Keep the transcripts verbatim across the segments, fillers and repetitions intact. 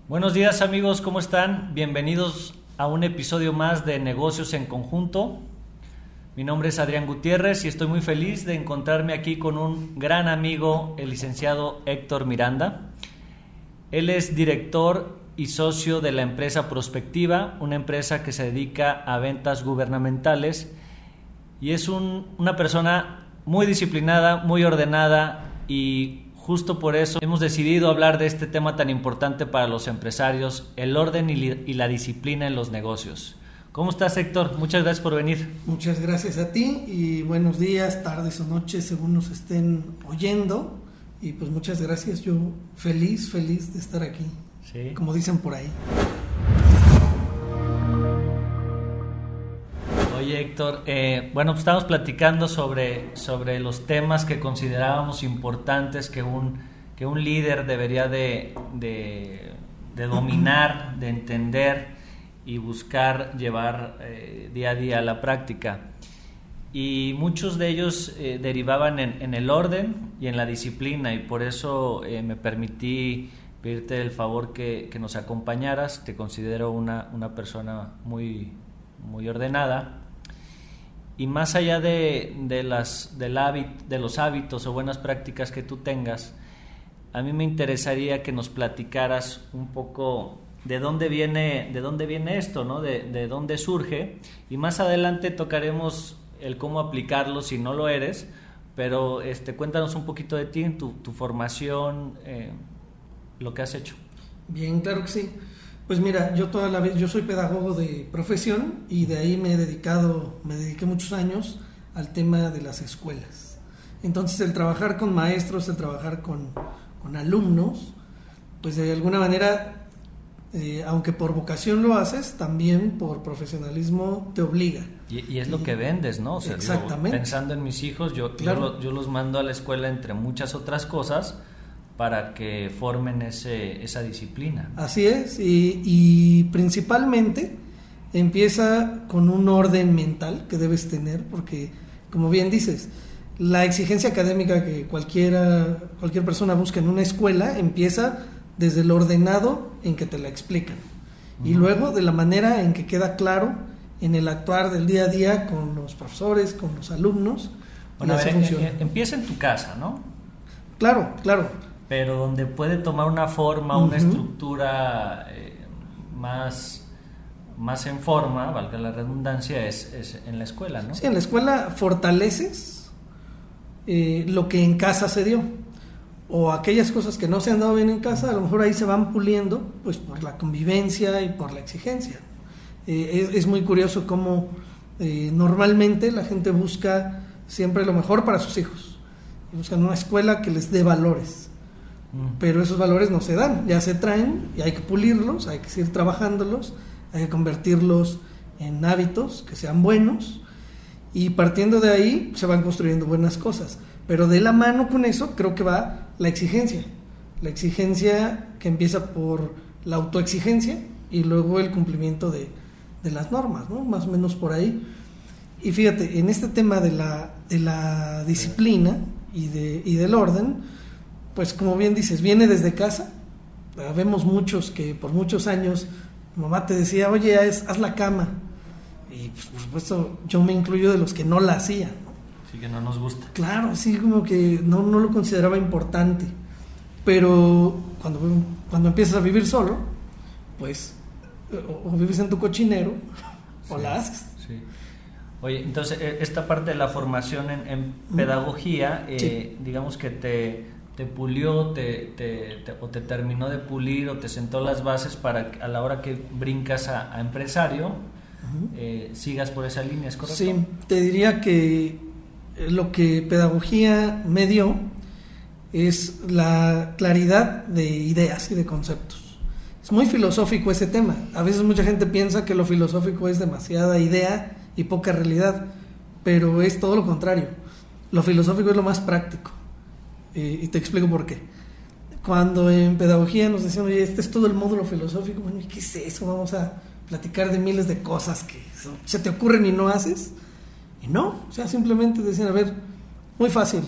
Buenos días amigos, ¿cómo están? Bienvenidos a un episodio más de Negocios en Conjunto. Mi nombre es Adrián Gutiérrez y estoy muy feliz de encontrarme aquí con un gran amigo, el licenciado Héctor Miranda. Él es director y socio de la empresa Prospectiva, una empresa que se dedica a ventas gubernamentales, y es un, una persona muy disciplinada, muy ordenada, y justo por eso hemos decidido hablar de este tema tan importante para los empresarios, el orden y, li- y la disciplina en los negocios. ¿Cómo estás, Héctor? Muchas gracias por venir. Muchas gracias a ti y buenos días, tardes o noches según nos estén oyendo, y pues muchas gracias, yo feliz, feliz de estar aquí, Sí. como dicen por ahí. Oye, Héctor, eh, bueno, pues estamos platicando sobre, sobre los temas que considerábamos importantes que un, que un líder debería de, de, de dominar, de entender y buscar llevar eh, día a día a la práctica. Y muchos de ellos eh, derivaban en, en el orden y en la disciplina, y por eso eh, me permití pedirte el favor que, que nos acompañaras. Te considero una, una persona muy, muy ordenada. Y más allá de, de, las, del hábito, de los hábitos o buenas prácticas que tú tengas, a mí me interesaría que nos platicaras un poco de dónde viene, de dónde viene esto, ¿no? De, de dónde surge, y más adelante tocaremos el cómo aplicarlo si no lo eres, pero este, cuéntanos un poquito de ti, tu, tu formación, eh, lo que has hecho. Bien, claro que sí. Pues mira, yo toda la vida, yo soy pedagogo de profesión y de ahí me he dedicado, me dediqué muchos años al tema de las escuelas. Entonces el trabajar con maestros, el trabajar con, con alumnos, pues de alguna manera, eh, aunque por vocación lo haces, también por profesionalismo te obliga. Y, y es lo y, que vendes, ¿no? O sea, exactamente. Digo, pensando en mis hijos, yo, claro. yo, yo los mando a la escuela entre muchas otras cosas, para que formen ese, esa disciplina. Así es, y, y principalmente empieza con un orden mental que debes tener, porque como bien dices, la exigencia académica que cualquiera, cualquier persona busca en una escuela empieza desde lo ordenado en que te la explican, uh-huh. y luego de la manera en que queda claro en el actuar del día a día con los profesores, con los alumnos. Bueno, a ver, funciona. Empieza en tu casa, ¿no? Claro, claro. Pero donde puede tomar una forma, una uh-huh. estructura eh, más, más en forma, valga la redundancia, es, es en la escuela, ¿no? Sí, en la escuela fortaleces eh, lo que en casa se dio, o aquellas cosas que no se han dado bien en casa, a lo mejor ahí se van puliendo, pues por la convivencia y por la exigencia. Eh, es, es muy curioso cómo eh, normalmente la gente busca siempre lo mejor para sus hijos, y buscan una escuela que les dé valores. Pero esos valores no se dan, ya se traen y hay que pulirlos, hay que seguir trabajándolos, hay que convertirlos en hábitos que sean buenos, y partiendo de ahí se van construyendo buenas cosas. Pero de la mano con eso creo que va la exigencia, la exigencia que empieza por la autoexigencia y luego el cumplimiento de, de las normas, ¿no? Más o menos por ahí. Y fíjate, en este tema de la, de la disciplina y, de, y del orden, pues como bien dices, viene desde casa. Vemos muchos que por muchos años mamá te decía, oye, haz, haz la cama, y pues, por supuesto yo me incluyo de los que no la hacían, ¿no? Sí, que no nos gusta. Claro, sí, como que no, no lo consideraba importante, pero cuando, cuando empiezas a vivir solo, pues o, o vives en tu cochinero, sí, o la haces. Sí. Oye, entonces esta parte de la formación en, en pedagogía, eh, sí. digamos que te... te pulió, te, te, te, o te terminó de pulir, o te sentó las bases para que a la hora que brincas a, a empresario, uh-huh. eh, sigas por esa línea, ¿es correcto? Sí, te diría que lo que pedagogía me dio es la claridad de ideas y de conceptos. Es muy filosófico ese tema. A veces mucha gente piensa que lo filosófico es demasiada idea y poca realidad, pero es todo lo contrario. Lo filosófico es lo más práctico. Y te explico por qué. Cuando en pedagogía nos decían, oye, este es todo el módulo filosófico, bueno, ¿qué es eso? Vamos a platicar de miles de cosas que se te ocurren y no haces. Y no, o sea, simplemente decían, a ver, muy fácil,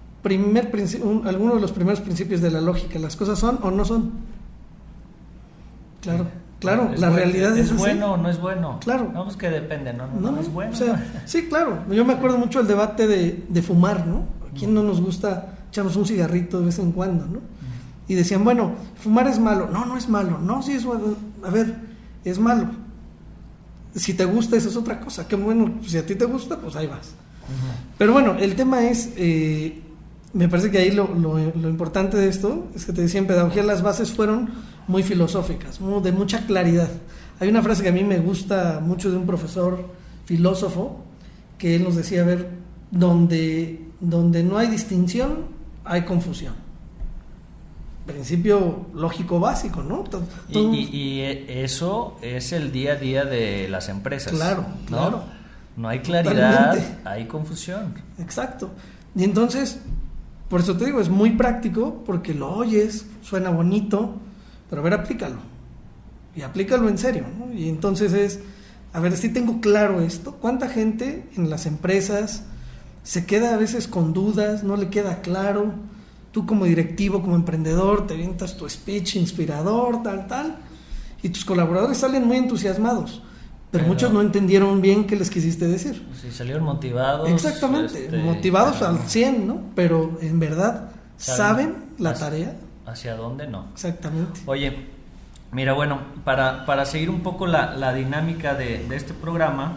primer principio, un, alguno de los primeros principios de la lógica, las cosas son o no son. Claro, claro, ¿Es la buen, realidad es, es ¿Es bueno o no es bueno? Claro. Vamos que depende, ¿no? No, no, no es bueno. O sea, sí, claro. Yo me acuerdo mucho del debate de, de fumar, ¿no? ¿A quién no nos gusta echarnos un cigarrito de vez en cuando, ¿no? Y decían, bueno, fumar es malo. No, no es malo. No, sí es bueno. A ver, es malo. Si te gusta, eso es otra cosa. Qué bueno, si a ti te gusta, pues ahí vas. Uh-huh. Pero bueno, el tema es, eh, me parece que ahí lo, lo, lo importante de esto es que te decía, en pedagogía las bases fueron muy filosóficas, muy, de mucha claridad. Hay una frase que a mí me gusta mucho de un profesor filósofo, que él nos decía, a ver, donde, donde no hay distinción, hay confusión. Principio lógico básico, ¿no? Todo, y, y, y eso es el día a día de las empresas. Claro, ¿no? claro. No hay claridad, totalmente. Hay confusión. Exacto. Y entonces, por eso te digo, es muy práctico porque lo oyes, suena bonito, pero a ver, aplícalo. Y aplícalo en serio, ¿no? Y entonces es, a ver, si tengo claro esto, ¿cuánta gente en las empresas se queda a veces con dudas, no le queda claro? Tú como directivo, como emprendedor, te avientas tu speech inspirador, tal, tal, y tus colaboradores salen muy entusiasmados, pero, pero muchos no entendieron bien qué les quisiste decir. Sí, salieron motivados. Exactamente, este, motivados pero, al cien, ¿no? Pero en verdad, ¿saben, ¿saben la hacia, tarea? ¿Hacia dónde no? Exactamente. Oye, mira, bueno, para, para seguir un poco la, la dinámica de, de este programa,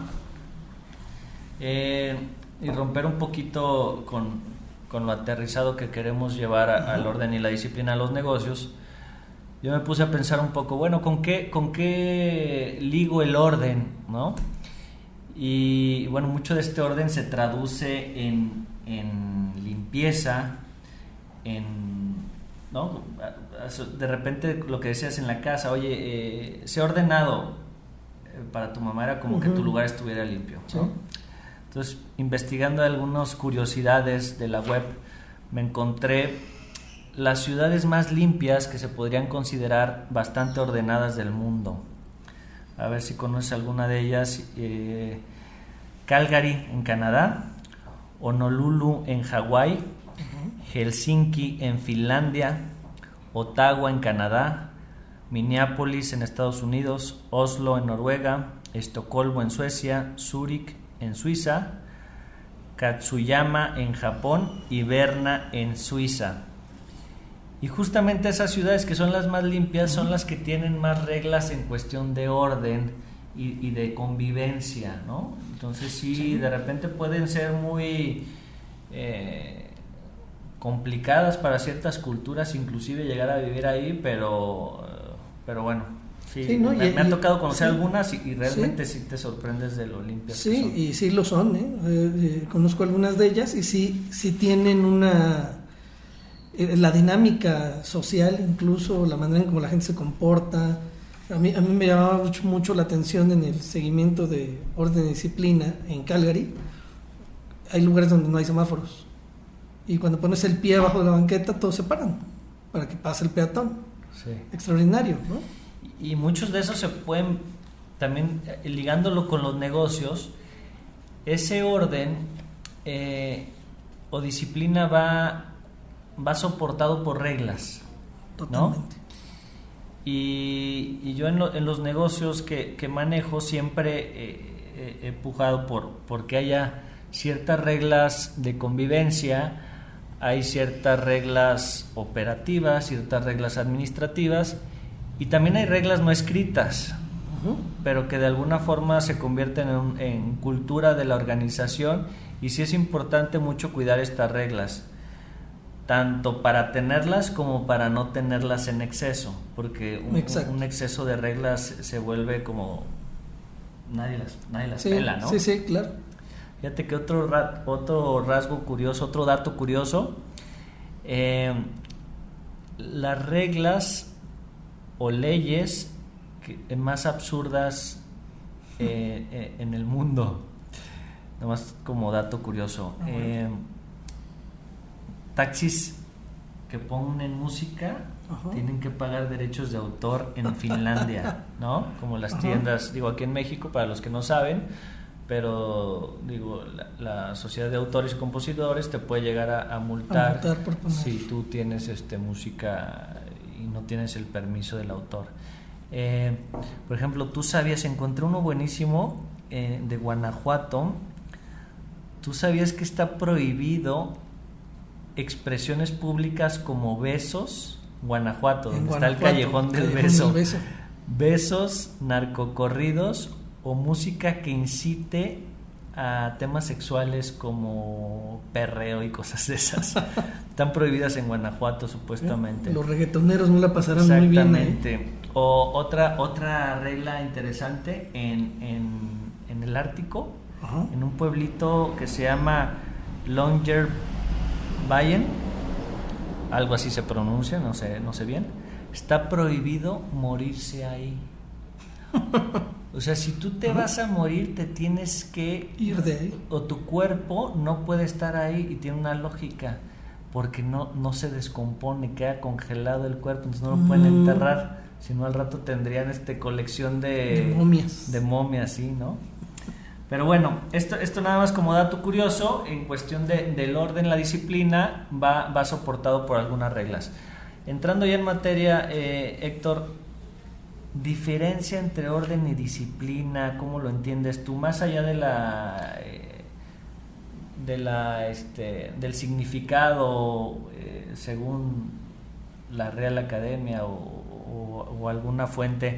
eh, y romper un poquito con... con lo aterrizado que queremos llevar a, al orden y la disciplina a los negocios, yo me puse a pensar un poco, bueno, ¿con qué, con qué ligo el orden, no? Y bueno, mucho de este orden se traduce en, en limpieza, en, ¿no? De repente lo que decías en la casa, oye, eh, sé ordenado, para tu mamá era como uh-huh. que tu lugar estuviera limpio, ¿no? Sí. Entonces, investigando algunas curiosidades de la web, me encontré las ciudades más limpias que se podrían considerar bastante ordenadas del mundo. A ver si conoces alguna de ellas. Eh, Calgary en Canadá, Honolulu en Hawái, uh-huh. Helsinki en Finlandia, Ottawa en Canadá, Minneapolis en Estados Unidos, Oslo en Noruega, Estocolmo en Suecia, Zúrich en Suiza, Katsuyama en Japón y Berna en Suiza. Y justamente esas ciudades que son las más limpias son las que tienen más reglas en cuestión de orden y, y de convivencia, ¿no? Entonces sí, sí, de repente pueden ser muy eh, complicadas para ciertas culturas, inclusive llegar a vivir ahí, pero, pero bueno. Sí, sí, ¿no? me, y, me ha tocado conocer sí, algunas y, y realmente sí. sí te sorprendes de lo limpias sí, que son. Y sí lo son, ¿eh? Eh, eh, conozco algunas de ellas y sí, sí tienen una... Eh, la dinámica social, incluso la manera en cómo la gente se comporta. A mí, a mí me llamaba mucho, mucho la atención en el seguimiento de orden y disciplina en Calgary. Hay lugares donde no hay semáforos y cuando pones el pie abajo de la banqueta todos se paran para que pase el peatón. Sí. Extraordinario, ¿no? Y muchos de esos se pueden, también ligándolo con los negocios, ese orden eh, o disciplina va, va soportado por reglas. Totalmente. ¿No? Y, y yo en, lo, en los negocios que, que manejo siempre eh, he empujado por porque haya ciertas reglas de convivencia, hay ciertas reglas operativas, ciertas reglas administrativas, y también hay reglas no escritas, uh-huh. pero que de alguna forma se convierten en, en cultura de la organización, y sí es importante mucho cuidar estas reglas, tanto para tenerlas como para no tenerlas en exceso, porque un, un exceso de reglas se vuelve como nadie las, nadie las sí, pela, ¿no? Sí, sí, claro. Fíjate que otro, otro rasgo curioso, otro dato curioso, eh, las reglas o leyes que, más absurdas eh, eh, en el mundo, nomás como dato curioso, uh-huh. eh, taxis que ponen música uh-huh. tienen que pagar derechos de autor en Finlandia, ¿no? Como las uh-huh. tiendas, digo, aquí en México, para los que no saben, pero digo, la, la sociedad de autores y compositores te puede llegar a, a multar, a multar por poner. Si tú tienes este música y no tienes el permiso del autor. Eh, por ejemplo, tú sabías, encontré uno buenísimo eh, de Guanajuato. Tú sabías que está prohibido expresiones públicas como besos, Guanajuato, donde está el callejón del beso, beso. besos, narcocorridos o música que incite a temas sexuales como perreo y cosas de esas. Están prohibidas en Guanajuato supuestamente. Los reggaetoneros no la pasarán muy bien. Exactamente. O otra otra regla interesante en, en, en el Ártico, ajá, en un pueblito que se llama Longyearbyen, algo así se pronuncia, no sé, no sé bien. Está prohibido morirse ahí. O sea, si tú te, ajá, vas a morir, te tienes que ir de ahí. O tu cuerpo no puede estar ahí, y tiene una lógica, porque no, no se descompone, queda congelado el cuerpo, entonces no lo pueden mm. enterrar, sino al rato tendrían este colección de, de momias. De momias, sí, ¿no? Pero bueno, esto, esto nada más como dato curioso, en cuestión de, del orden, la disciplina va, va soportado por algunas reglas. Entrando ya en materia, eh, Héctor, diferencia entre orden y disciplina, ¿cómo lo entiendes tú? Más allá de la eh, de la este del significado eh, según la Real Academia o, o, o alguna fuente,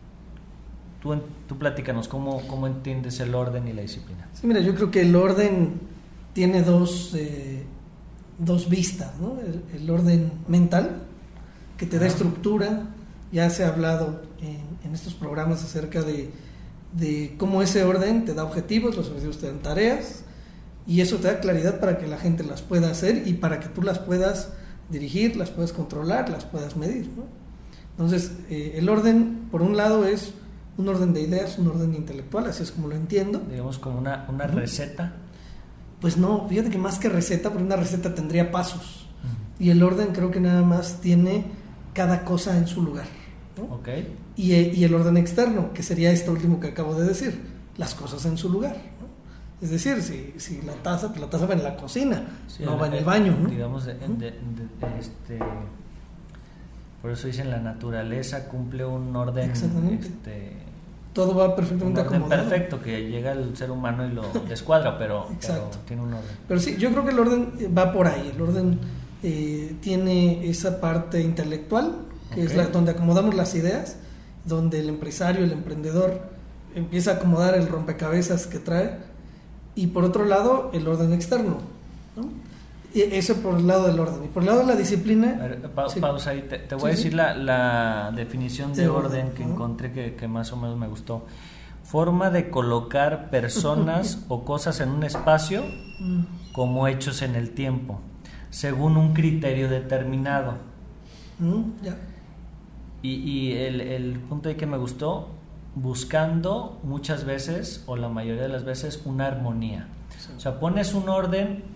tú, tú platícanos cómo, cómo entiendes el orden y la disciplina. Sí, mira, yo creo que el orden tiene dos eh, dos vistas, ¿no? El, el orden mental, que te da estructura. Ya se ha hablado en, en estos programas acerca de, de cómo ese orden te da objetivos, los objetivos te dan tareas, y eso te da claridad para que la gente las pueda hacer y para que tú las puedas dirigir, las puedas controlar, las puedas medir, ¿no? Entonces, eh, el orden, por un lado, es un orden de ideas, un orden intelectual, así es como lo entiendo. Digamos como una, una uh-huh. receta. Pues no, fíjate que más que receta, porque una receta tendría pasos, uh-huh. y el orden creo que nada más tiene cada cosa en su lugar, ¿no? Okay. Y, y el orden externo, que sería esto último que acabo de decir, las cosas en su lugar, ¿no? Es decir, si, si la taza, pues la taza va en la cocina, sí, no va en el baño, ¿no? Digamos, de, de, de, de, este, por eso dicen, la naturaleza cumple un orden. Exactamente. Este, todo va perfectamente un orden acomodado. Perfecto, que llega el ser humano y lo descuadra, pero, pero tiene un orden. Pero sí, yo creo que el orden va por ahí, el orden eh, tiene esa parte intelectual, que okay. es la, donde acomodamos las ideas, donde el empresario, el emprendedor empieza a acomodar el rompecabezas que trae, y por otro lado el orden externo, ¿no? Y eso por el lado del orden. Y por el lado de la disciplina, a ver, pa- sí. pausa ahí, te, te voy sí, a decir sí. La, la definición de, de orden, orden que uh-huh. encontré que, que más o menos me gustó. Forma de colocar personas o cosas en un espacio uh-huh. como hechos en el tiempo, según un criterio determinado. Uh-huh. Ya. Y, y el, el punto ahí que me gustó, buscando muchas veces, o la mayoría de las veces, una armonía. Sí. O sea, pones un orden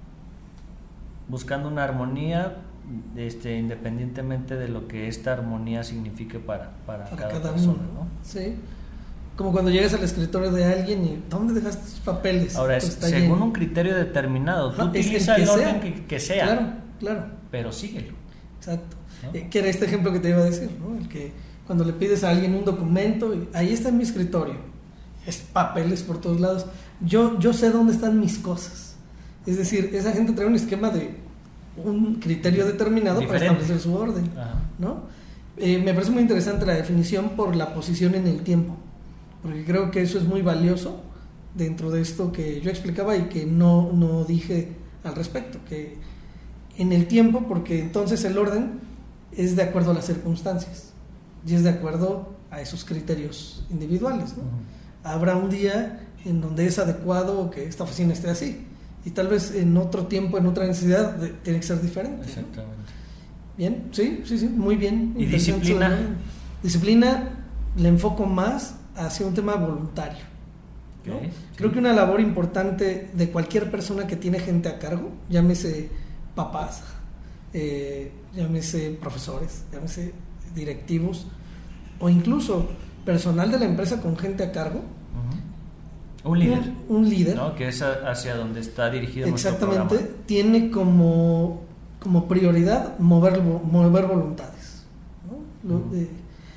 buscando una armonía, este, independientemente de lo que esta armonía signifique para, para, para cada, cada persona, uno, ¿no? Sí. Como cuando llegas al escritorio de alguien y ¿dónde dejaste tus papeles? Ahora es pues según lleno. Un criterio determinado. Tú utiliza el, el orden sea. Que, que sea. Claro, claro. Pero síguelo. Exacto. ¿No? Eh, que era este ejemplo que te iba a decir, ¿no? El que cuando le pides a alguien un documento, y ahí está en mi escritorio, es papeles por todos lados, yo, yo sé dónde están mis cosas. Es decir, esa gente trae un esquema de un criterio determinado diferente para establecer su orden, ¿no? Eh, me parece muy interesante la definición por la posición en el tiempo, porque creo que eso es muy valioso dentro de esto que yo explicaba y que no, no dije al respecto, que en el tiempo, porque entonces el orden es de acuerdo a las circunstancias y es de acuerdo a esos criterios individuales, ¿no? Uh-huh. Habrá un día en donde es adecuado que esta oficina esté así, y tal vez en otro tiempo, en otra necesidad, de, tiene que ser diferente. Exactamente. ¿No? Bien, sí, sí, sí, muy bien. ¿Y disciplina? Disciplina le enfoco más hacia un tema voluntario, ¿no? Okay, creo sí. que una labor importante de cualquier persona que tiene gente a cargo, llámese papás, eh, llámese profesores, llámese directivos o incluso personal de la empresa con gente a cargo, uh-huh. un líder, un, un líder, ¿no? Que es hacia donde está dirigido exactamente, nuestro programa. Tiene como, como prioridad mover, mover voluntades, ¿no? Uh-huh. Lo, eh,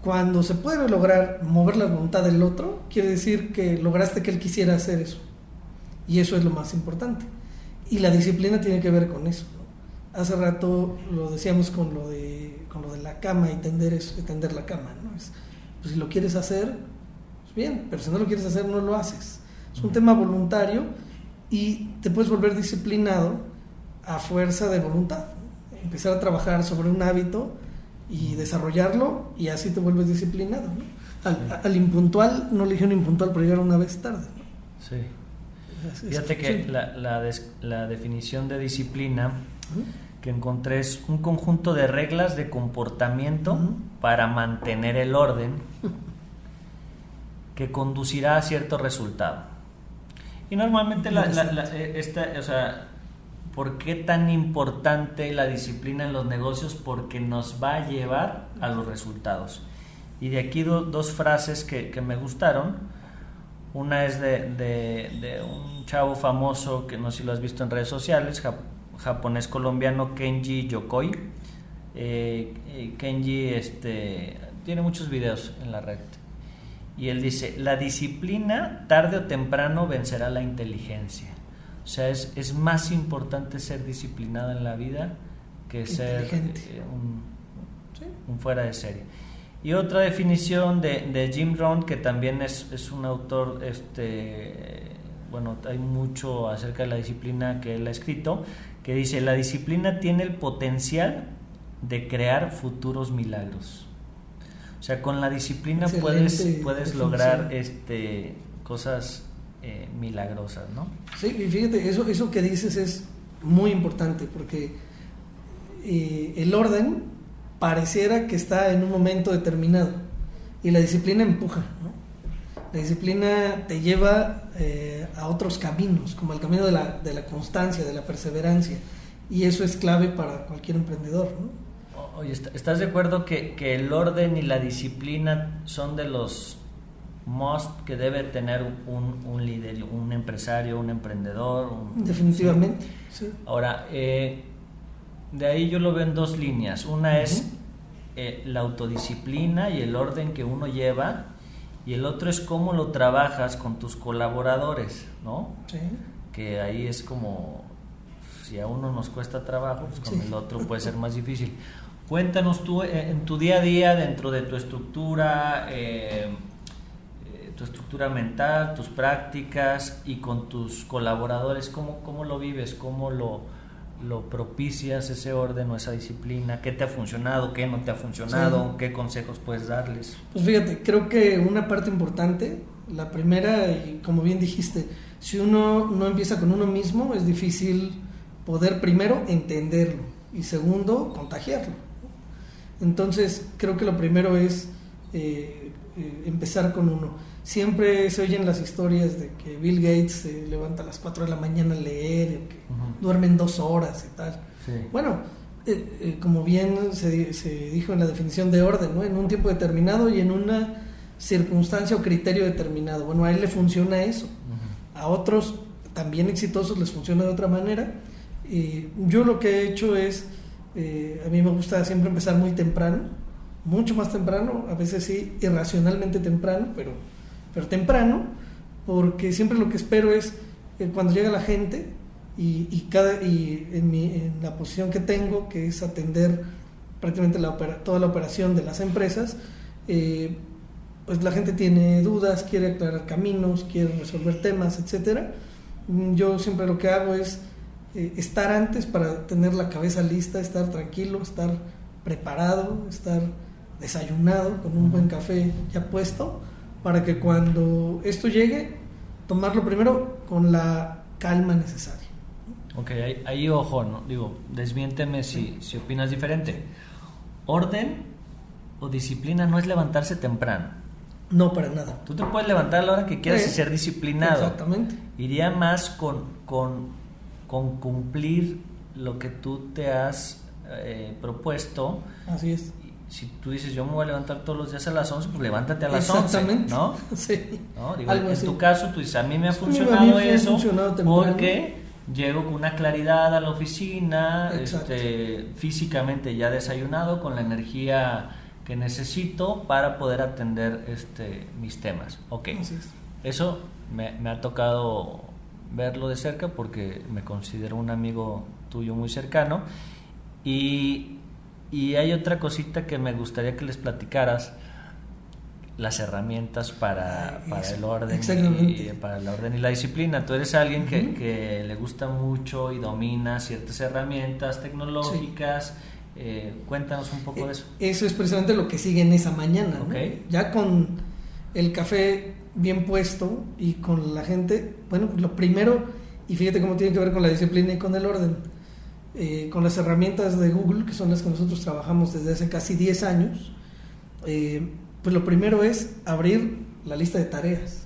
Cuando se puede lograr mover la voluntad del otro, quiere decir que lograste que él quisiera hacer eso. Y eso es lo más importante. Y la disciplina tiene que ver con eso, ¿no? Hace rato lo decíamos con lo de, con lo de la cama y tender, eso, tender la cama, ¿no? Es, pues si lo quieres hacer, pues bien, pero si no lo quieres hacer, no lo haces. Es un tema voluntario y te puedes volver disciplinado a fuerza de voluntad, ¿no? Empezar a trabajar sobre un hábito y desarrollarlo, y así te vuelves disciplinado, ¿no? Al, sí. al impuntual no le dijeron impuntual por llegar una vez tarde, ¿no? Sí. Es, Fíjate es, que sí. la, la, des, la definición de disciplina uh-huh. que encontré es un conjunto de reglas de comportamiento uh-huh. para mantener el orden que conducirá a cierto resultado. Y normalmente la, la, la, esta, o sea, ¿por qué tan importante la disciplina en los negocios? Porque nos va a llevar a los resultados. Y de aquí do, dos frases que, que me gustaron. Una es de, de, de un chavo famoso que no sé si lo has visto en redes sociales, jap, japonés colombiano, Kenji Yokoi. Eh, eh, Kenji este, tiene muchos videos en la red. Y él dice, la disciplina tarde o temprano vencerá la inteligencia. O sea, es, es más importante ser disciplinado en la vida que ser eh, un, ¿sí? un fuera de serie. Y otra definición de, de Jim Rohn, que también es, es un autor, este, bueno, hay mucho acerca de la disciplina que él ha escrito, que dice, la disciplina tiene el potencial de crear futuros milagros. O sea, con la disciplina puedes, puedes lograr este, cosas eh, milagrosas, ¿no? Sí, y fíjate, eso, eso que dices es muy importante, porque eh, el orden pareciera que está en un momento determinado y la disciplina empuja, ¿no? La disciplina te lleva eh, a otros caminos, como el camino de la, de la constancia, de la perseverancia, y eso es clave para cualquier emprendedor, ¿no? Oye, ¿estás de acuerdo que, que el orden y la disciplina son de los must que debe tener un, un líder, un empresario, un emprendedor? Un, Definitivamente, ¿sí? Sí. Ahora, eh, de ahí yo lo veo en dos líneas. Una uh-huh. es eh, la autodisciplina y el orden que uno lleva, y el otro es cómo lo trabajas con tus colaboradores, ¿no? Sí. Que ahí es como, si a uno nos cuesta trabajo, pues con sí. el otro puede ser más difícil. Cuéntanos tú, en tu día a día, dentro de tu estructura, eh, tu estructura mental, tus prácticas y con tus colaboradores, ¿cómo, cómo lo vives? ¿Cómo lo, lo propicias, ese orden o esa disciplina? ¿Qué te ha funcionado? ¿Qué no te ha funcionado? Sí. ¿Qué consejos puedes darles? Pues fíjate, creo que una parte importante, la primera, y como bien dijiste, si uno no empieza con uno mismo, es difícil poder primero entenderlo y segundo, contagiarlo. Entonces, creo que lo primero es eh, eh, empezar con uno. Siempre se oyen las historias de que Bill Gates se levanta a las cuatro de la mañana a leer, o que uh-huh. duermen dos horas y tal. Sí. Bueno, eh, eh, como bien se, se dijo en la definición de orden, ¿no? En un tiempo determinado y en una circunstancia o criterio determinado. Bueno, a él le funciona eso. Uh-huh. A otros también exitosos les funciona de otra manera. Y yo lo que he hecho es, eh, a mí me gusta siempre empezar muy temprano, mucho más temprano, a veces sí, irracionalmente temprano, pero, pero temprano, porque siempre lo que espero es eh, cuando llega la gente y, y, cada, y en, mi, en la posición que tengo, que es atender prácticamente la opera, toda la operación de las empresas, eh, pues la gente tiene dudas, quiere aclarar caminos, quiere resolver temas, etcétera. Yo siempre lo que hago es Eh, estar antes para tener la cabeza lista, estar tranquilo, estar preparado, estar desayunado con un buen café ya puesto, para que cuando esto llegue, tomarlo primero con la calma necesaria. Ok, ahí, ahí ojo, ¿no? Digo, desmiénteme si, si opinas diferente. Orden o disciplina no es levantarse temprano. No, para nada. Tú te puedes levantar a la hora que quieras, sí, y ser disciplinado. Exactamente. Iría más con... con con cumplir lo que tú te has eh, propuesto. Así es. Si tú dices, yo me voy a levantar todos los días a las once, pues levántate a las Exactamente. once, ¿no? Sí. ¿No? Digo, Algo en así. tu caso, tú dices, a mí me ha sí, funcionado mí eso, funcionado porque llego con una claridad a la oficina, Exacto. este, físicamente ya desayunado, con la energía que necesito para poder atender este, mis temas. Ok, eso me, me ha tocado verlo de cerca porque me considero un amigo tuyo muy cercano. Y, y hay otra cosita que me gustaría que les platicaras, las herramientas para, para el orden y, y para el orden y la disciplina. Tú eres alguien que, uh-huh. que le gusta mucho y domina ciertas herramientas tecnológicas. Sí. Eh, cuéntanos un poco eh, de eso. Eso es precisamente lo que sigue en esa mañana, okay. ¿no? Ya con el café bien puesto y con la gente, bueno, pues lo primero, y fíjate cómo tiene que ver con la disciplina y con el orden, eh, con las herramientas de Google, que son las que nosotros trabajamos desde hace casi diez años, eh, pues lo primero es abrir la lista de tareas.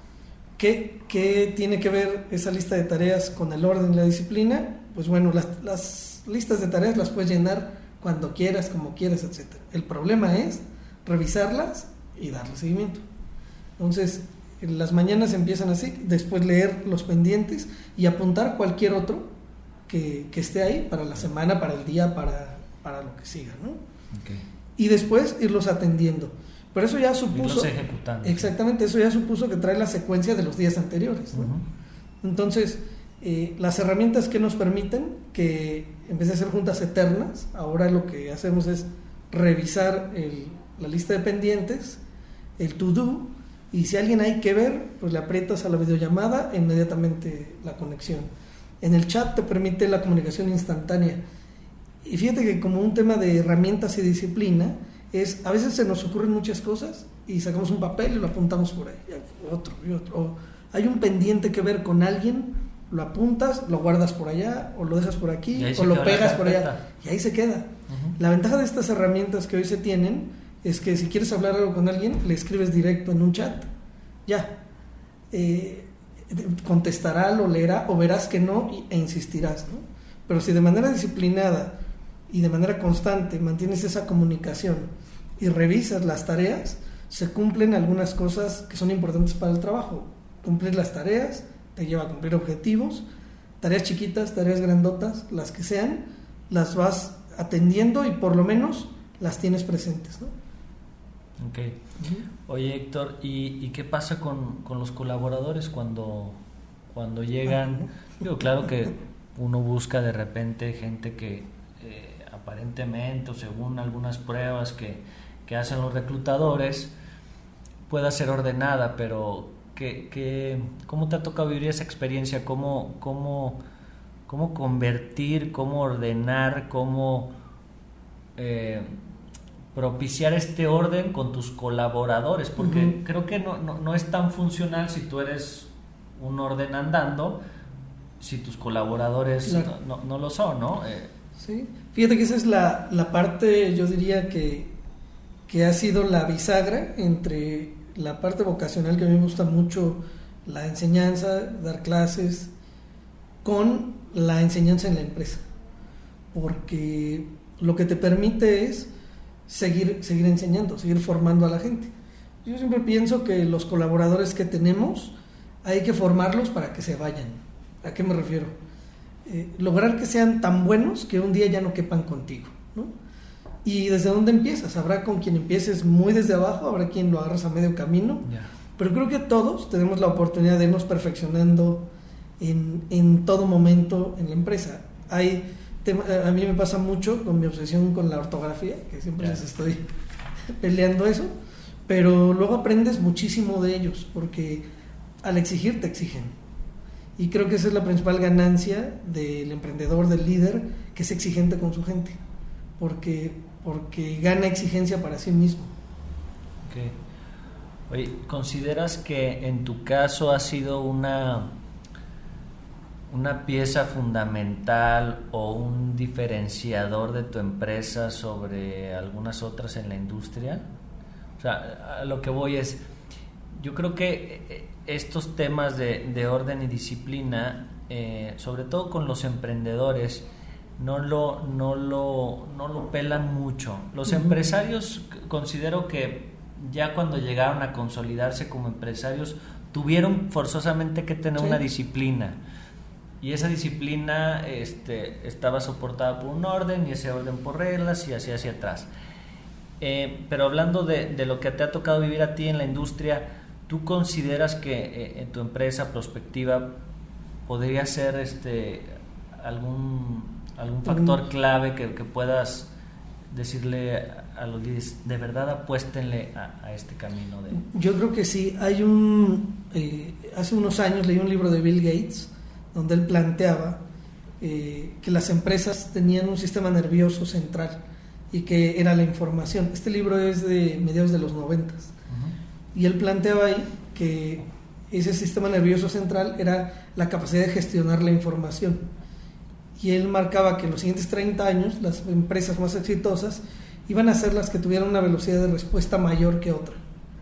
¿Qué, ¿Qué tiene que ver esa lista de tareas con el orden y la disciplina? Pues bueno, las, las listas de tareas las puedes llenar cuando quieras, como quieras, etcétera. El problema es revisarlas y darle seguimiento. Entonces, en las mañanas empiezan así, después leer los pendientes y apuntar cualquier otro que, que esté ahí para la semana, para el día, para, para lo que siga, ¿no? Okay. Y después irlos atendiendo. Pero eso ya supuso... ejecutando. Exactamente, eso ya supuso que trae la secuencia de los días anteriores, ¿no? Uh-huh. Entonces, eh, las herramientas que nos permiten que en vez de hacer juntas eternas, ahora lo que hacemos es revisar el, la lista de pendientes, el to-do, y si alguien hay que ver, pues le aprietas a la videollamada e inmediatamente la conexión. En el chat te permite la comunicación instantánea. Y fíjate que como un tema de herramientas y disciplina, es, a veces se nos ocurren muchas cosas y sacamos un papel y lo apuntamos por ahí, otro y otro. O hay un pendiente que ver con alguien, lo apuntas, lo guardas por allá, o lo dejas por aquí, o lo pegas por allá, y ahí se queda. Uh-huh. La ventaja de estas herramientas que hoy se tienen es que si quieres hablar algo con alguien, le escribes directo en un chat, ya. Eh, contestará, lo leerá, o verás que no e insistirás, ¿no? Pero si de manera disciplinada y de manera constante mantienes esa comunicación y revisas las tareas, se cumplen algunas cosas que son importantes para el trabajo. Cumplir las tareas te lleva a cumplir objetivos, tareas chiquitas, tareas grandotas, las que sean, las vas atendiendo y por lo menos las tienes presentes, ¿no? Ok. Uh-huh. Oye, Héctor, ¿y, y qué pasa con, con los colaboradores cuando, cuando llegan? Uh-huh. Digo, claro que uno busca de repente gente que eh, aparentemente o según algunas pruebas que, que hacen los reclutadores pueda ser ordenada, pero ¿qué, qué, ¿cómo te ha tocado vivir esa experiencia? ¿Cómo, cómo, cómo convertir, cómo ordenar, cómo eh, propiciar este orden con tus colaboradores? Porque uh-huh. creo que no, no, no es tan funcional si tú eres un orden andando, si tus colaboradores claro. no, no, no lo son, ¿no? Eh, Sí, fíjate que esa es la, la parte, yo diría que, que ha sido la bisagra entre la parte vocacional, que a mí me gusta mucho la enseñanza, dar clases, con la enseñanza en la empresa, porque lo que te permite es seguir, seguir enseñando, seguir formando a la gente. Yo siempre pienso que los colaboradores que tenemos hay que formarlos para que se vayan. ¿A qué me refiero? Eh, lograr que sean tan buenos que un día ya no quepan contigo, ¿no? Y desde dónde empiezas, habrá con quien empieces muy desde abajo, habrá quien lo agarras a medio camino, yeah. Pero creo que todos tenemos la oportunidad de irnos perfeccionando en, en todo momento en la empresa. Hay tema, a mí me pasa mucho con mi obsesión con la ortografía, que siempre yeah. les estoy peleando eso, pero luego aprendes muchísimo de ellos, porque al exigir te exigen. Y creo que esa es la principal ganancia del emprendedor, del líder, que es exigente con su gente, porque, porque gana exigencia para sí mismo. Okay. Oye, ¿consideras que en tu caso ha sido una, una pieza fundamental o un diferenciador de tu empresa sobre algunas otras en la industria? O sea, a lo que voy es, yo creo que estos temas de, de orden y disciplina, eh, sobre todo con los emprendedores, no lo, no lo, no lo pelan mucho. Los uh-huh. empresarios, considero que ya cuando llegaron a consolidarse como empresarios, tuvieron forzosamente que tener sí. una disciplina. Y esa disciplina este, estaba soportada por un orden, y ese orden por reglas, y así hacia atrás. Eh, pero hablando de, de lo que te ha tocado vivir a ti en la industria, ¿tú consideras que eh, en tu empresa Prospectiva podría ser este algún, algún factor clave que, que puedas decirle a los líderes, de verdad apuéstenle a, a este camino? De... Yo creo que sí. Hay un eh, hace unos años leí un libro de Bill Gates donde él planteaba eh, que las empresas tenían un sistema nervioso central y que era la información. Este libro es de mediados de los noventas. Uh-huh. Y él planteaba ahí que ese sistema nervioso central era la capacidad de gestionar la información. Y él marcaba que en los siguientes treinta años las empresas más exitosas iban a ser las que tuvieran una velocidad de respuesta mayor que otra.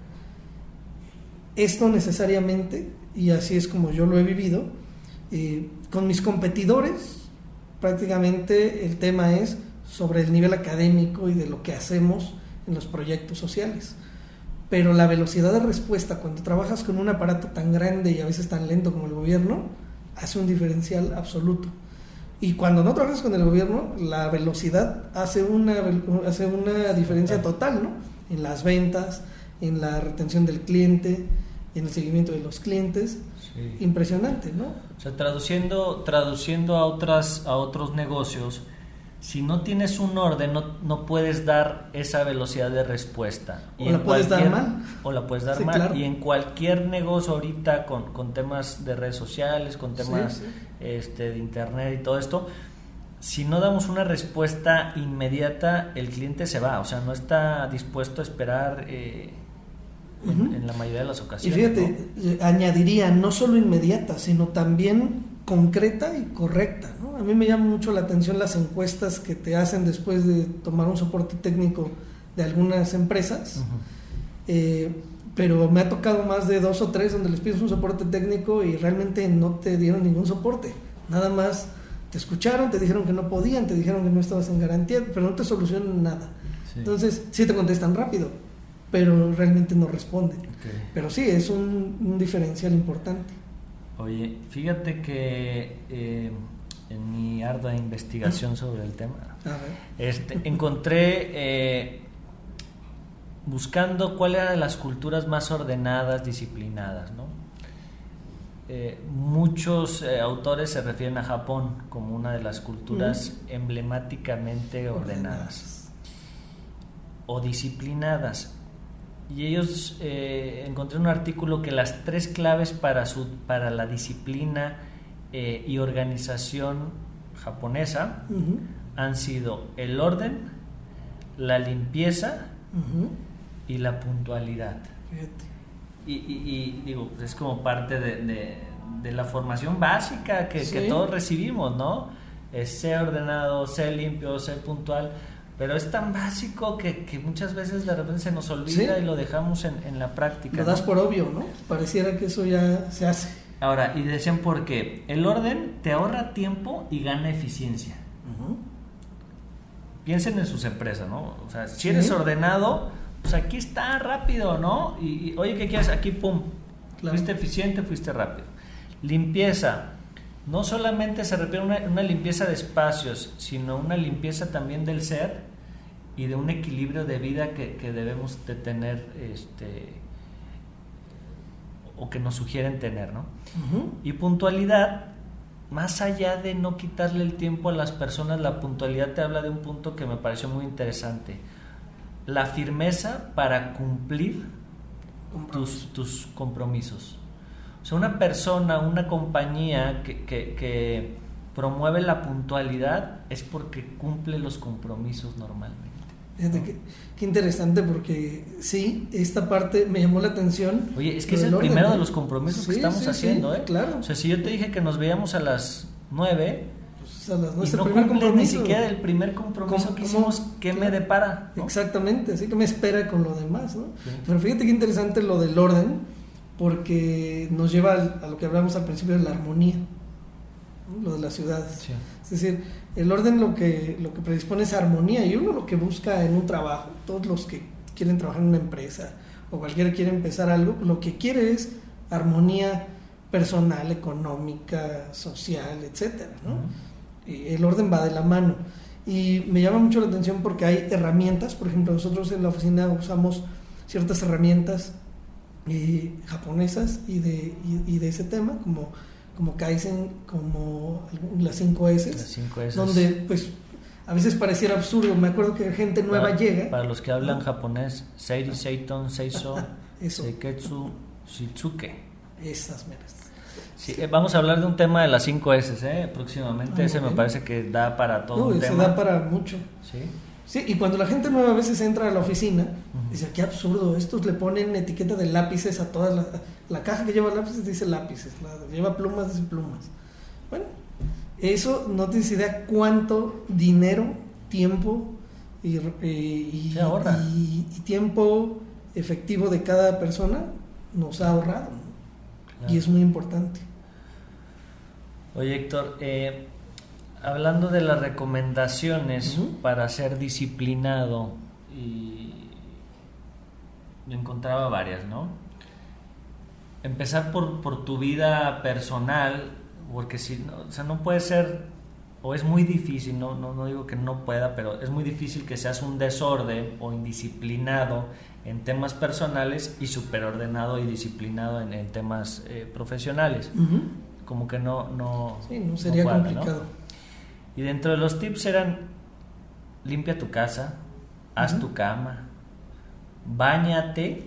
Esto necesariamente, y así es como yo lo he vivido, eh, con mis competidores, prácticamente el tema es sobre el nivel académico y de lo que hacemos en los proyectos sociales. Pero la velocidad de respuesta cuando trabajas con un aparato tan grande y a veces tan lento como el gobierno, hace un diferencial absoluto. Y cuando no trabajas con el gobierno, la velocidad hace una, hace una diferencia total, ¿no? En las ventas, en la retención del cliente, en el seguimiento de los clientes. Sí. Impresionante, ¿no? O sea, traduciendo, traduciendo a otras, a otros negocios, si no tienes un orden, no, no puedes dar esa velocidad de respuesta. Y o la puedes cualquier, dar mal. O la puedes dar sí, mal. Claro. Y en cualquier negocio ahorita, con, con temas de redes sociales, con temas sí, sí. Este, de internet y todo esto, si no damos una respuesta inmediata, el cliente se va. O sea, no está dispuesto a esperar eh, uh-huh. en, en la mayoría de las ocasiones. Y fíjate, ¿no? Añadiría, no solo inmediata, sino también concreta y correcta, ¿no? A mí me llama mucho la atención las encuestas que te hacen después de tomar un soporte técnico de algunas empresas, uh-huh. eh, pero me ha tocado más de dos o tres donde les pides un soporte técnico y realmente no te dieron ningún soporte, nada más te escucharon, te dijeron que no podían, te dijeron que no estabas en garantía, pero no te solucionan nada. Sí. Entonces sí te contestan rápido, pero realmente no responden. Okay. Pero sí, es un, un diferencial importante. Oye, fíjate que eh, en mi ardua investigación sobre el tema, este, encontré, eh, buscando cuál era de las culturas más ordenadas, disciplinadas, ¿no? Eh, muchos eh, autores se refieren a Japón como una de las culturas uh-huh. emblemáticamente ordenadas o disciplinadas. Y ellos, eh, encontré un artículo que las tres claves para, su, para la disciplina eh, y organización japonesa uh-huh. han sido el orden, la limpieza uh-huh. y la puntualidad. Fíjate. Y, y, y digo, es como parte de, de, de la formación básica que, sí. que todos recibimos, ¿no? Es ser ordenado, ser limpio, ser puntual. Pero es tan básico que, que muchas veces de repente se nos olvida sí. y lo dejamos en, en la práctica. Lo das ¿no? por obvio, ¿no? Pareciera que eso ya se hace. Ahora, y decían por qué. El orden te ahorra tiempo y gana eficiencia. Uh-huh. Piensen en sus empresas, ¿no? O sea, si eres ¿Sí? ordenado, pues aquí está rápido, ¿no? Y, y oye, ¿qué quieres? Aquí, pum. Claro. Fuiste eficiente, fuiste rápido. Limpieza. No solamente se refiere a una, una limpieza de espacios, sino una limpieza también del ser y de un equilibrio de vida que, que debemos de tener, este, o que nos sugieren tener, ¿no? Uh-huh. Y puntualidad, más allá de no quitarle el tiempo a las personas, la puntualidad te habla de un punto que me pareció muy interesante: la firmeza para cumplir tus, tus compromisos. O sea, una persona, una compañía que, que, que promueve la puntualidad es porque cumple los compromisos normalmente. Fíjate, qué, qué interesante, porque sí, esta parte me llamó la atención. Oye, es que es el orden, primero ¿no? de los compromisos sí, que estamos sí, haciendo, sí, ¿eh? Claro. O sea, si yo te dije que nos veíamos a las nueve, pues a las nueve y no cumples ni siquiera el primer compromiso ¿Cómo, que hicimos, cómo, ¿qué claro, me depara? ¿no? Exactamente, así que me espera con lo demás, ¿no? Sí. Pero fíjate qué interesante lo del orden, porque nos lleva a lo que hablamos al principio de la armonía, ¿no? Lo de las ciudades. Sí. Es decir, el orden lo que, lo que predispone es armonía, y uno lo que busca en un trabajo, todos los que quieren trabajar en una empresa o cualquiera quiere empezar algo, lo que quiere es armonía personal, económica, social, etcétera, ¿no? Uh-huh. Y el orden va de la mano. Y me llama mucho la atención porque hay herramientas, por ejemplo, nosotros en la oficina usamos ciertas herramientas eh, japonesas y de, y, y de ese tema, como, como Kaizen, como las cinco S, Las cinco S. donde pues a veces pareciera absurdo. Me acuerdo que gente nueva para, llega. Para los que hablan ¿no? japonés, Seiri, Seiton, Seiso, Eso. Seiketsu, Shitsuke. Esas meras. Sí, eh, vamos a hablar de un tema de las cinco S, ¿eh? Próximamente. Ah, Ese bien. me parece que da para todo No, un se tema. da para mucho. Sí. Sí, y cuando la gente nueva a veces entra a la oficina, uh-huh. dice, qué absurdo, estos le ponen etiqueta de lápices a todas las... La caja que lleva lápices dice lápices, la lleva plumas dice plumas. Bueno, eso no tienes idea cuánto dinero, tiempo y, y, se ahorra. y, y tiempo efectivo de cada persona nos ha ahorrado, ¿no? Claro. Y es muy importante. Oye, Héctor, eh, hablando de las recomendaciones uh-huh. para ser disciplinado, y encontraba varias, ¿no? Empezar por, por tu vida personal, porque si no, o sea, no puede ser, o es muy difícil, no, no, no digo que no pueda, pero es muy difícil que seas un desorden o indisciplinado en temas personales y superordenado y disciplinado en, en temas eh, profesionales. Uh-huh. Como que no, no, sí, no sería no cuadra, complicado. ¿no? Y dentro de los tips eran: limpia tu casa, haz uh-huh. tu cama, báñate.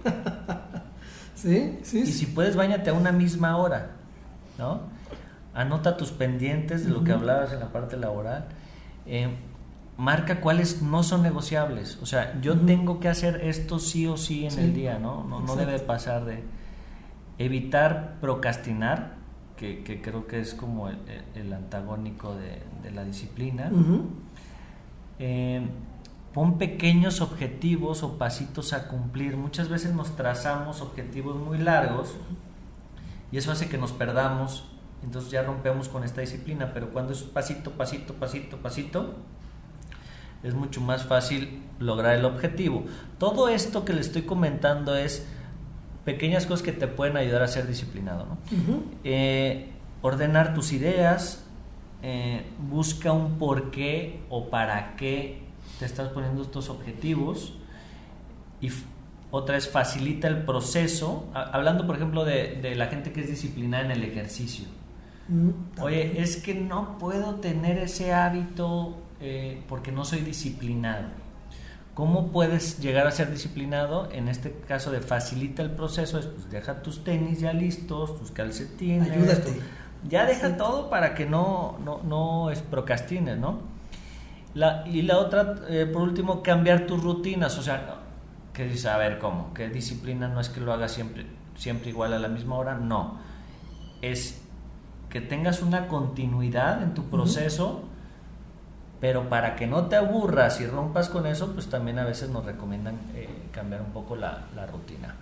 Sí, sí. Y si puedes, báñate a una misma hora, ¿no? Anota tus pendientes de lo uh-huh. que hablabas en la parte laboral. Eh, marca cuáles no son negociables. O sea, yo uh-huh. tengo que hacer esto sí o sí en sí. el día, ¿no? No, no debe pasar de... Evitar procrastinar, que, que creo que es como el, el antagónico de, de la disciplina. Uh-huh. Eh, pon pequeños objetivos o pasitos a cumplir. Muchas veces nos trazamos objetivos muy largos y eso hace que nos perdamos, entonces ya rompemos con esta disciplina. Pero cuando es pasito, pasito, pasito, pasito, es mucho más fácil lograr el objetivo. Todo esto que le estoy comentando es pequeñas cosas que te pueden ayudar a ser disciplinado, ¿no? Uh-huh. Eh, ordenar tus ideas, eh, busca un por qué o para qué te estás poniendo estos objetivos, y f- otra es facilita el proceso, a- hablando por ejemplo de, de la gente que es disciplinada en el ejercicio. Mm, Oye, es que no puedo tener ese hábito eh, porque no soy disciplinado. ¿Cómo puedes llegar a ser disciplinado? En este caso de facilita el proceso, es pues deja tus tenis ya listos, tus calcetines, ayúdate. Ya deja sí. todo para que no, no, no es procrastines, ¿no? La, y la otra, eh, por último, cambiar tus rutinas. O sea, no, que dices, a ver, ¿cómo? ¿Qué disciplina no es que lo hagas siempre, siempre igual a la misma hora? No. Es que tengas una continuidad en tu proceso, uh-huh. pero para que no te aburras y rompas con eso, pues también a veces nos recomiendan eh, cambiar un poco la, la rutina.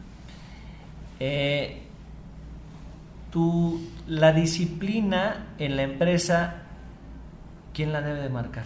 Eh, tu, la disciplina en la empresa, ¿quién la debe de marcar?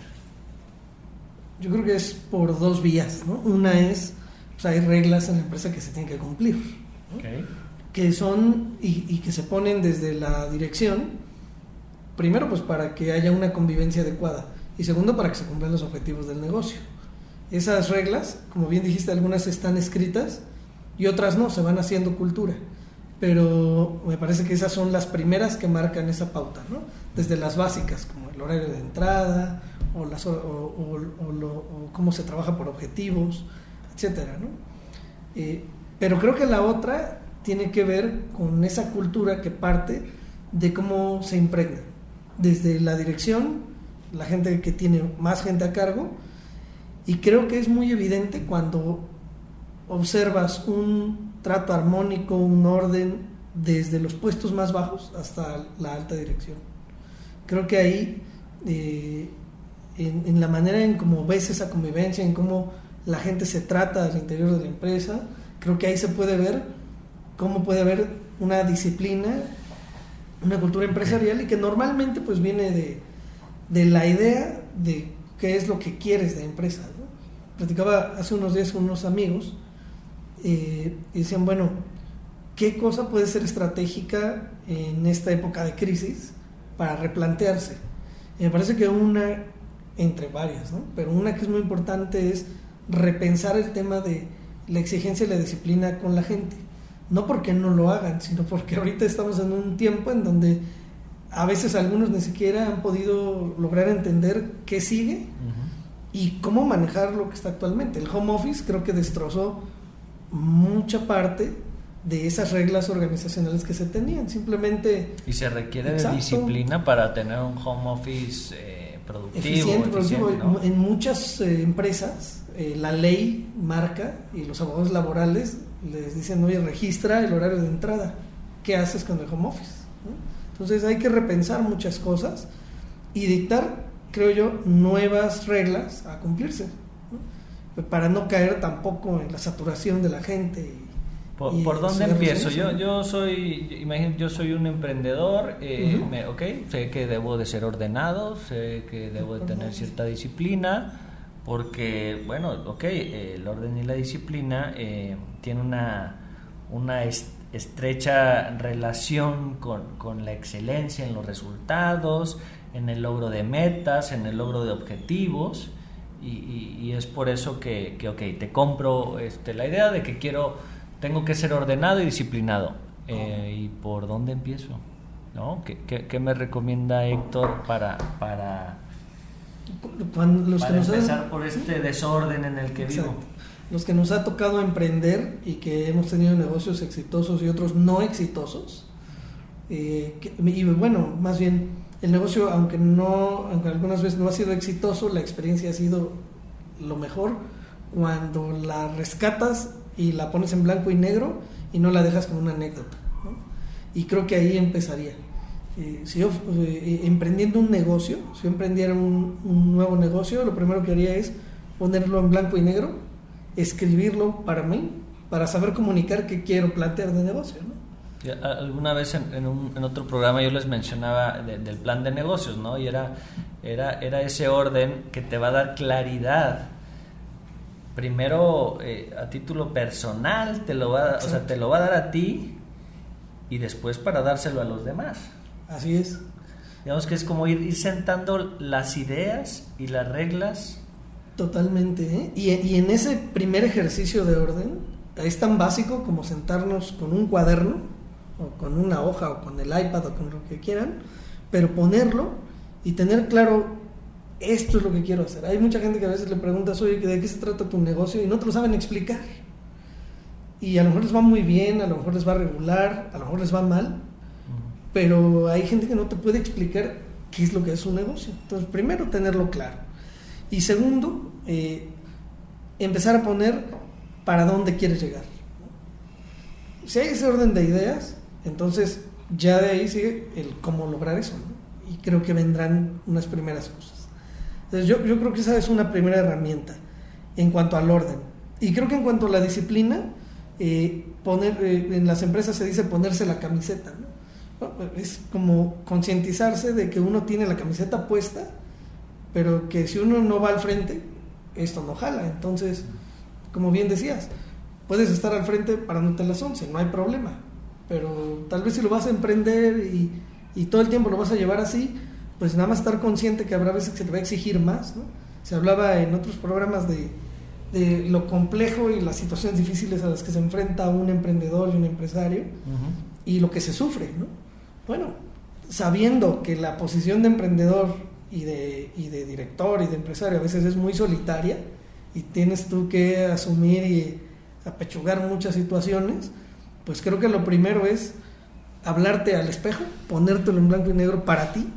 Yo creo que es por dos vías, ¿no? Una es, pues hay reglas en la empresa que se tienen que cumplir, ¿no? Okay. Que son y, y que se ponen desde la dirección, primero pues para que haya una convivencia adecuada y segundo para que se cumplan los objetivos del negocio. Esas reglas, como bien dijiste, algunas están escritas y otras no, se van haciendo cultura, pero me parece que esas son las primeras que marcan esa pauta, ¿no? Desde las básicas, como el horario de entrada, o, las, o, o, o, lo, o cómo se trabaja por objetivos, etcétera, ¿no? Eh, pero creo que la otra tiene que ver con esa cultura que parte de cómo se impregna desde la dirección, la gente que tiene más gente a cargo, y creo que es muy evidente cuando observas un trato armónico, un orden desde los puestos más bajos hasta la alta dirección. Creo que ahí eh, En, en la manera en cómo ves esa convivencia, en cómo la gente se trata al interior de la empresa, creo que ahí se puede ver cómo puede haber una disciplina, una cultura empresarial, y que normalmente pues viene de, de la idea de qué es lo que quieres de empresa, ¿no? Platicaba hace unos días con unos amigos eh, y decían, bueno, ¿qué cosa puede ser estratégica en esta época de crisis para replantearse? Y me parece que una entre varias, ¿no? Pero una que es muy importante es repensar el tema de la exigencia y la disciplina con la gente. No porque no lo hagan, sino porque ahorita estamos en un tiempo en donde a veces algunos ni siquiera han podido lograr entender qué sigue uh-huh. y cómo manejar lo que está actualmente. El home office creo que destrozó mucha parte de esas reglas organizacionales que se tenían. Simplemente... Y se requiere exacto, de disciplina para tener un home office eh, productivo. Eficiente, productivo. ¿no? En muchas eh, empresas eh, la ley marca y los abogados laborales les dicen, oye, registra el horario de entrada. ¿Qué haces con el home office? ¿No? Entonces hay que repensar muchas cosas y dictar, creo yo, nuevas reglas a cumplirse, ¿no? Para no caer tampoco en la saturación de la gente. ¿Por, y ¿por dónde empiezo? Yo yo soy, imagínate, yo soy un emprendedor, eh, uh-huh. me, okay, sé que debo de ser ordenado, sé que debo de tener cierta disciplina, porque, bueno, ok, eh, el orden y la disciplina eh, tiene una, una est- estrecha relación con, con la excelencia en los resultados, en el logro de metas, en el logro de objetivos, y, y, y es por eso que, que ok, te compro este, la idea de que quiero, tengo que ser ordenado y disciplinado. Eh, ¿Y por dónde empiezo? ¿No? ¿Qué, qué, qué me recomienda Héctor para... para Cuando los para que nos empezar han... por este desorden en el que Exacto. vivo? Los que nos ha tocado emprender y que hemos tenido negocios exitosos y otros no exitosos, eh, que, y bueno, más bien el negocio, aunque no, aunque algunas veces no ha sido exitoso, la experiencia ha sido lo mejor cuando la rescatas y la pones en blanco y negro y no la dejas como una anécdota, ¿no? Y creo que ahí empezaría. Eh, si yo eh, emprendiendo un negocio, si yo emprendiera un, un nuevo negocio, lo primero que haría es ponerlo en blanco y negro, escribirlo para mí, para saber comunicar qué quiero plantear de negocio, ¿no? Alguna vez en, en, un, en otro programa yo les mencionaba de, del plan de negocios, ¿no? Y era, era, era ese orden que te va a dar claridad. Primero eh, a título personal te lo va, o sea, te lo va a dar a ti y después para dárselo a los demás. Así es. Digamos que es como ir, ir sentando las ideas y las reglas. Totalmente, ¿eh? Y, y en ese primer ejercicio de orden es tan básico como sentarnos con un cuaderno o con una hoja o con el iPad o con lo que quieran, pero ponerlo y tener claro, esto es lo que quiero hacer. Hay mucha gente que a veces le preguntas, oye, ¿de qué se trata tu negocio? Y no te lo saben explicar. Y a lo mejor les va muy bien, a lo mejor les va regular, a lo mejor les va mal, pero hay gente que no te puede explicar qué es lo que es su negocio. Entonces, primero, tenerlo claro. Y segundo, eh, empezar a poner para dónde quieres llegar. Si hay ese orden de ideas, entonces ya de ahí sigue el cómo lograr eso, ¿no? Y creo que vendrán unas primeras cosas. Entonces yo, yo creo que esa es una primera herramienta en cuanto al orden. Y creo que en cuanto a la disciplina, eh, poner eh, en las empresas se dice ponerse la camiseta, ¿no? Es como concientizarse de que uno tiene la camiseta puesta, pero que si uno no va al frente, esto no jala. Entonces, como bien decías, puedes estar al frente parándote a las once, no hay problema, pero tal vez si lo vas a emprender y, y todo el tiempo lo vas a llevar así, pues nada más estar consciente que habrá veces que se te va a exigir más, ¿no? Se hablaba en otros programas de, de lo complejo y las situaciones difíciles a las que se enfrenta un emprendedor y un empresario, uh-huh. y lo que se sufre, ¿no? Bueno, sabiendo que la posición de emprendedor y de, y de director y de empresario a veces es muy solitaria y tienes tú que asumir y apechugar muchas situaciones, pues creo que lo primero es hablarte al espejo, ponértelo en blanco y negro para ti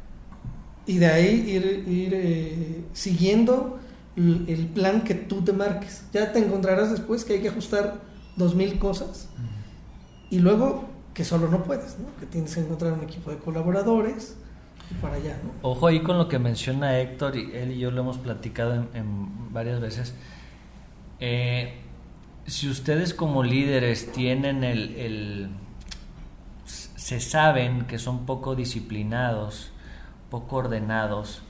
y de ahí ir, ir eh, siguiendo el, el plan que tú te marques. Ya te encontrarás después que hay que ajustar dos mil cosas y luego que solo no puedes, ¿no? Que tienes que encontrar un equipo de colaboradores y para allá, ¿no? Ojo ahí con lo que menciona Héctor, y él y yo lo hemos platicado en, en varias veces. Eh, si ustedes como líderes tienen el, el se saben que son poco disciplinados, poco ordenados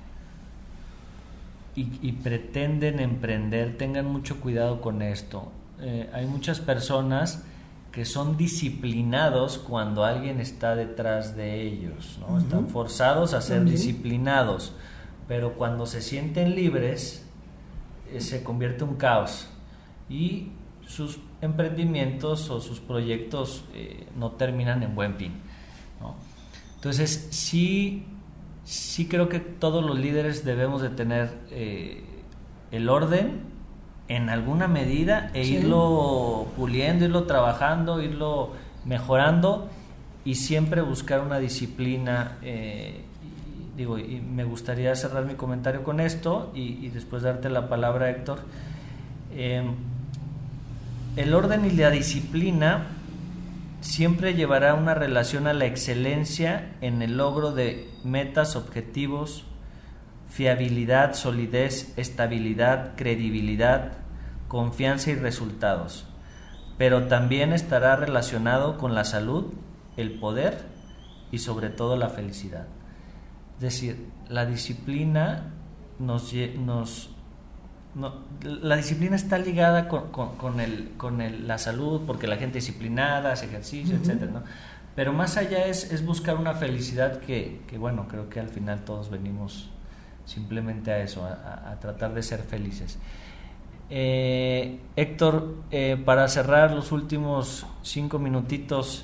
y, y pretenden emprender, tengan mucho cuidado con esto. Eh, hay muchas personas que son disciplinados cuando alguien está detrás de ellos, ¿no? Uh-huh. Están forzados a ser uh-huh. disciplinados, pero cuando se sienten libres eh, se convierte en un caos y sus emprendimientos o sus proyectos eh, no terminan en buen fin, ¿no? Entonces sí, sí creo que todos los líderes debemos de tener eh, el orden en alguna medida e sí. irlo puliendo, irlo trabajando, irlo mejorando y siempre buscar una disciplina. Eh, y, digo, y me gustaría cerrar mi comentario con esto y, y después darte la palabra, Héctor. Eh, el orden y la disciplina siempre llevará una relación a la excelencia en el logro de metas, objetivos, fiabilidad, solidez, estabilidad, credibilidad, confianza y resultados. Pero también estará relacionado con la salud, el poder y sobre todo la felicidad. Es decir, la disciplina nos, nos no, la disciplina está ligada con, con, con, el, con el, la salud, porque la gente disciplinada hace ejercicio, uh-huh. etcétera, ¿no? Pero más allá es, es buscar una felicidad que, que, bueno, creo que al final todos venimos simplemente a eso, a, a tratar de ser felices. Eh, Héctor, eh, para cerrar los últimos cinco minutitos,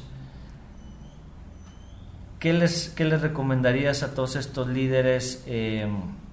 ¿qué les, qué les recomendarías a todos estos líderes? Eh,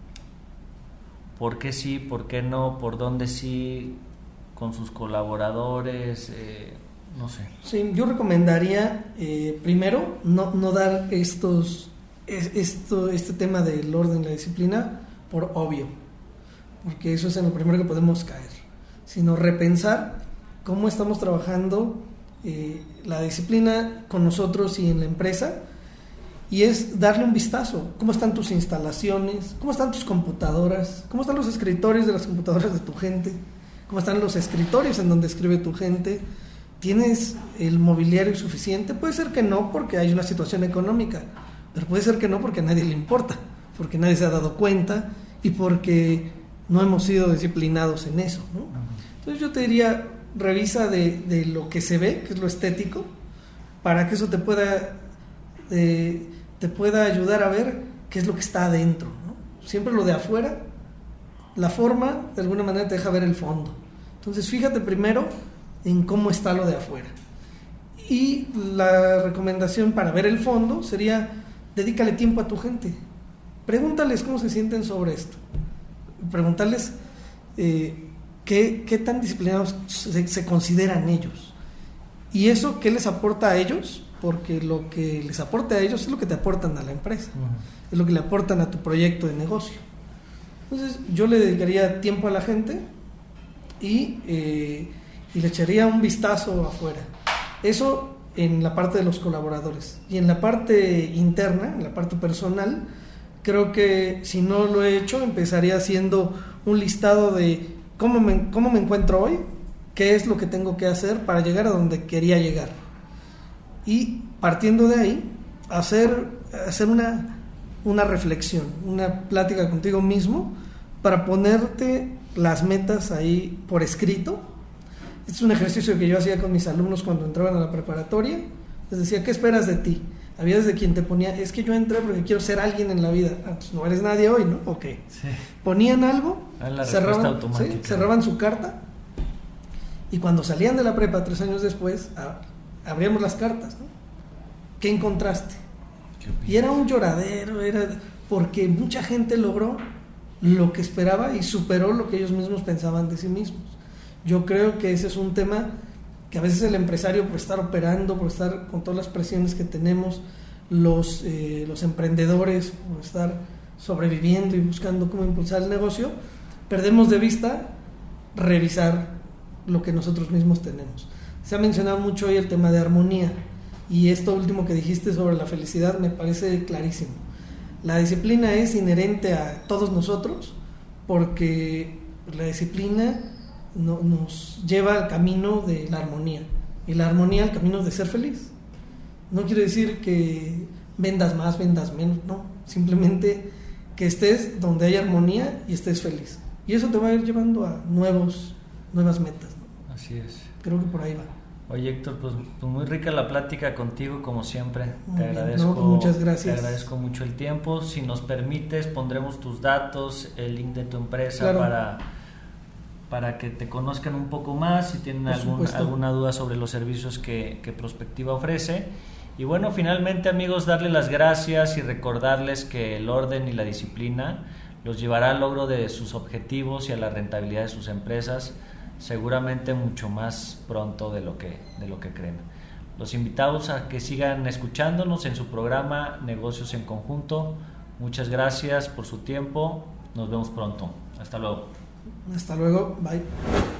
¿Por qué sí, por qué no, por dónde sí, con sus colaboradores? Eh, no sé. Sí, yo recomendaría, eh, primero, no, no dar estos, esto, este tema del orden y la disciplina por obvio, porque eso es en lo primero que podemos caer, sino repensar cómo estamos trabajando eh, la disciplina con nosotros y en la empresa, y es darle un vistazo. ¿Cómo están tus instalaciones? ¿Cómo están tus computadoras? ¿Cómo están los escritorios de las computadoras de tu gente? ¿Cómo están los escritorios en donde escribe tu gente? ¿Tienes el mobiliario suficiente? Puede ser que no, porque hay una situación económica, pero puede ser que no porque a nadie le importa, porque nadie se ha dado cuenta y porque no hemos sido disciplinados en eso, ¿no? Entonces yo te diría, revisa de, de lo que se ve, que es lo estético, para que eso te pueda... Eh, te pueda ayudar a ver qué es lo que está adentro, ¿no? Siempre lo de afuera, la forma de alguna manera te deja ver el fondo. Entonces fíjate primero en cómo está lo de afuera, y la recomendación para ver el fondo sería: dedícale tiempo a tu gente, pregúntales cómo se sienten sobre esto, pregúntales eh, qué, qué tan disciplinados se, se consideran ellos, y eso qué les aporta a ellos, porque lo que les aporta a ellos es lo que te aportan a la empresa, uh-huh. es lo que le aportan a tu proyecto de negocio. Entonces yo le dedicaría tiempo a la gente y, eh, y le echaría un vistazo afuera. Eso en la parte de los colaboradores. Y en la parte interna, en la parte personal, creo que si no lo he hecho, empezaría haciendo un listado de cómo me, cómo me encuentro hoy, qué es lo que tengo que hacer para llegar a donde quería llegar. Y partiendo de ahí, hacer, hacer una, una reflexión, una plática contigo mismo para ponerte las metas ahí por escrito. Este es un ejercicio que yo hacía con mis alumnos cuando entraban a la preparatoria. Les decía: ¿qué esperas de ti? Había desde quien te ponía: es que yo entré porque quiero ser alguien en la vida. Ah, pues no eres nadie hoy, ¿no? Ok. Sí. Ponían algo, cerraban, ¿sí? cerraban su carta, y cuando salían de la prepa tres años después, a, abríamos las cartas, ¿no? ¿Qué encontraste? ¿Qué y era un lloradero, era porque mucha gente logró lo que esperaba y superó lo que ellos mismos pensaban de sí mismos. Yo creo que ese es un tema que a veces el empresario, por estar operando, por estar con todas las presiones que tenemos, los, eh, los emprendedores, por estar sobreviviendo y buscando cómo impulsar el negocio, perdemos de vista revisar lo que nosotros mismos tenemos. Se ha mencionado mucho hoy el tema de armonía, y esto último que dijiste sobre la felicidad me parece clarísimo. La disciplina es inherente a todos nosotros, porque la disciplina no, nos lleva al camino de la armonía, y la armonía al camino de ser feliz. No quiere decir que vendas más, vendas menos, no, simplemente que estés donde hay armonía y estés feliz, y eso te va a ir llevando a nuevos, nuevas metas, ¿no? Así es. Creo que por ahí va. Oye, Héctor, pues, pues muy rica la plática contigo, como siempre. Muy te bien, agradezco, no, pues muchas gracias. Te agradezco mucho el tiempo. Si nos permites, pondremos tus datos, el link de tu empresa Claro. para, para que te conozcan un poco más, si tienen Por algún, supuesto. alguna duda sobre los servicios que, que Prospectiva ofrece. Y bueno, finalmente, amigos, darles las gracias y recordarles que el orden y la disciplina los llevará al logro de sus objetivos y a la rentabilidad de sus empresas, seguramente mucho más pronto de lo que, de lo que creen. Los invitamos a que sigan escuchándonos en su programa Negocios en Conjunto. Muchas gracias por su tiempo. Nos vemos pronto. Hasta luego. Hasta luego. Bye.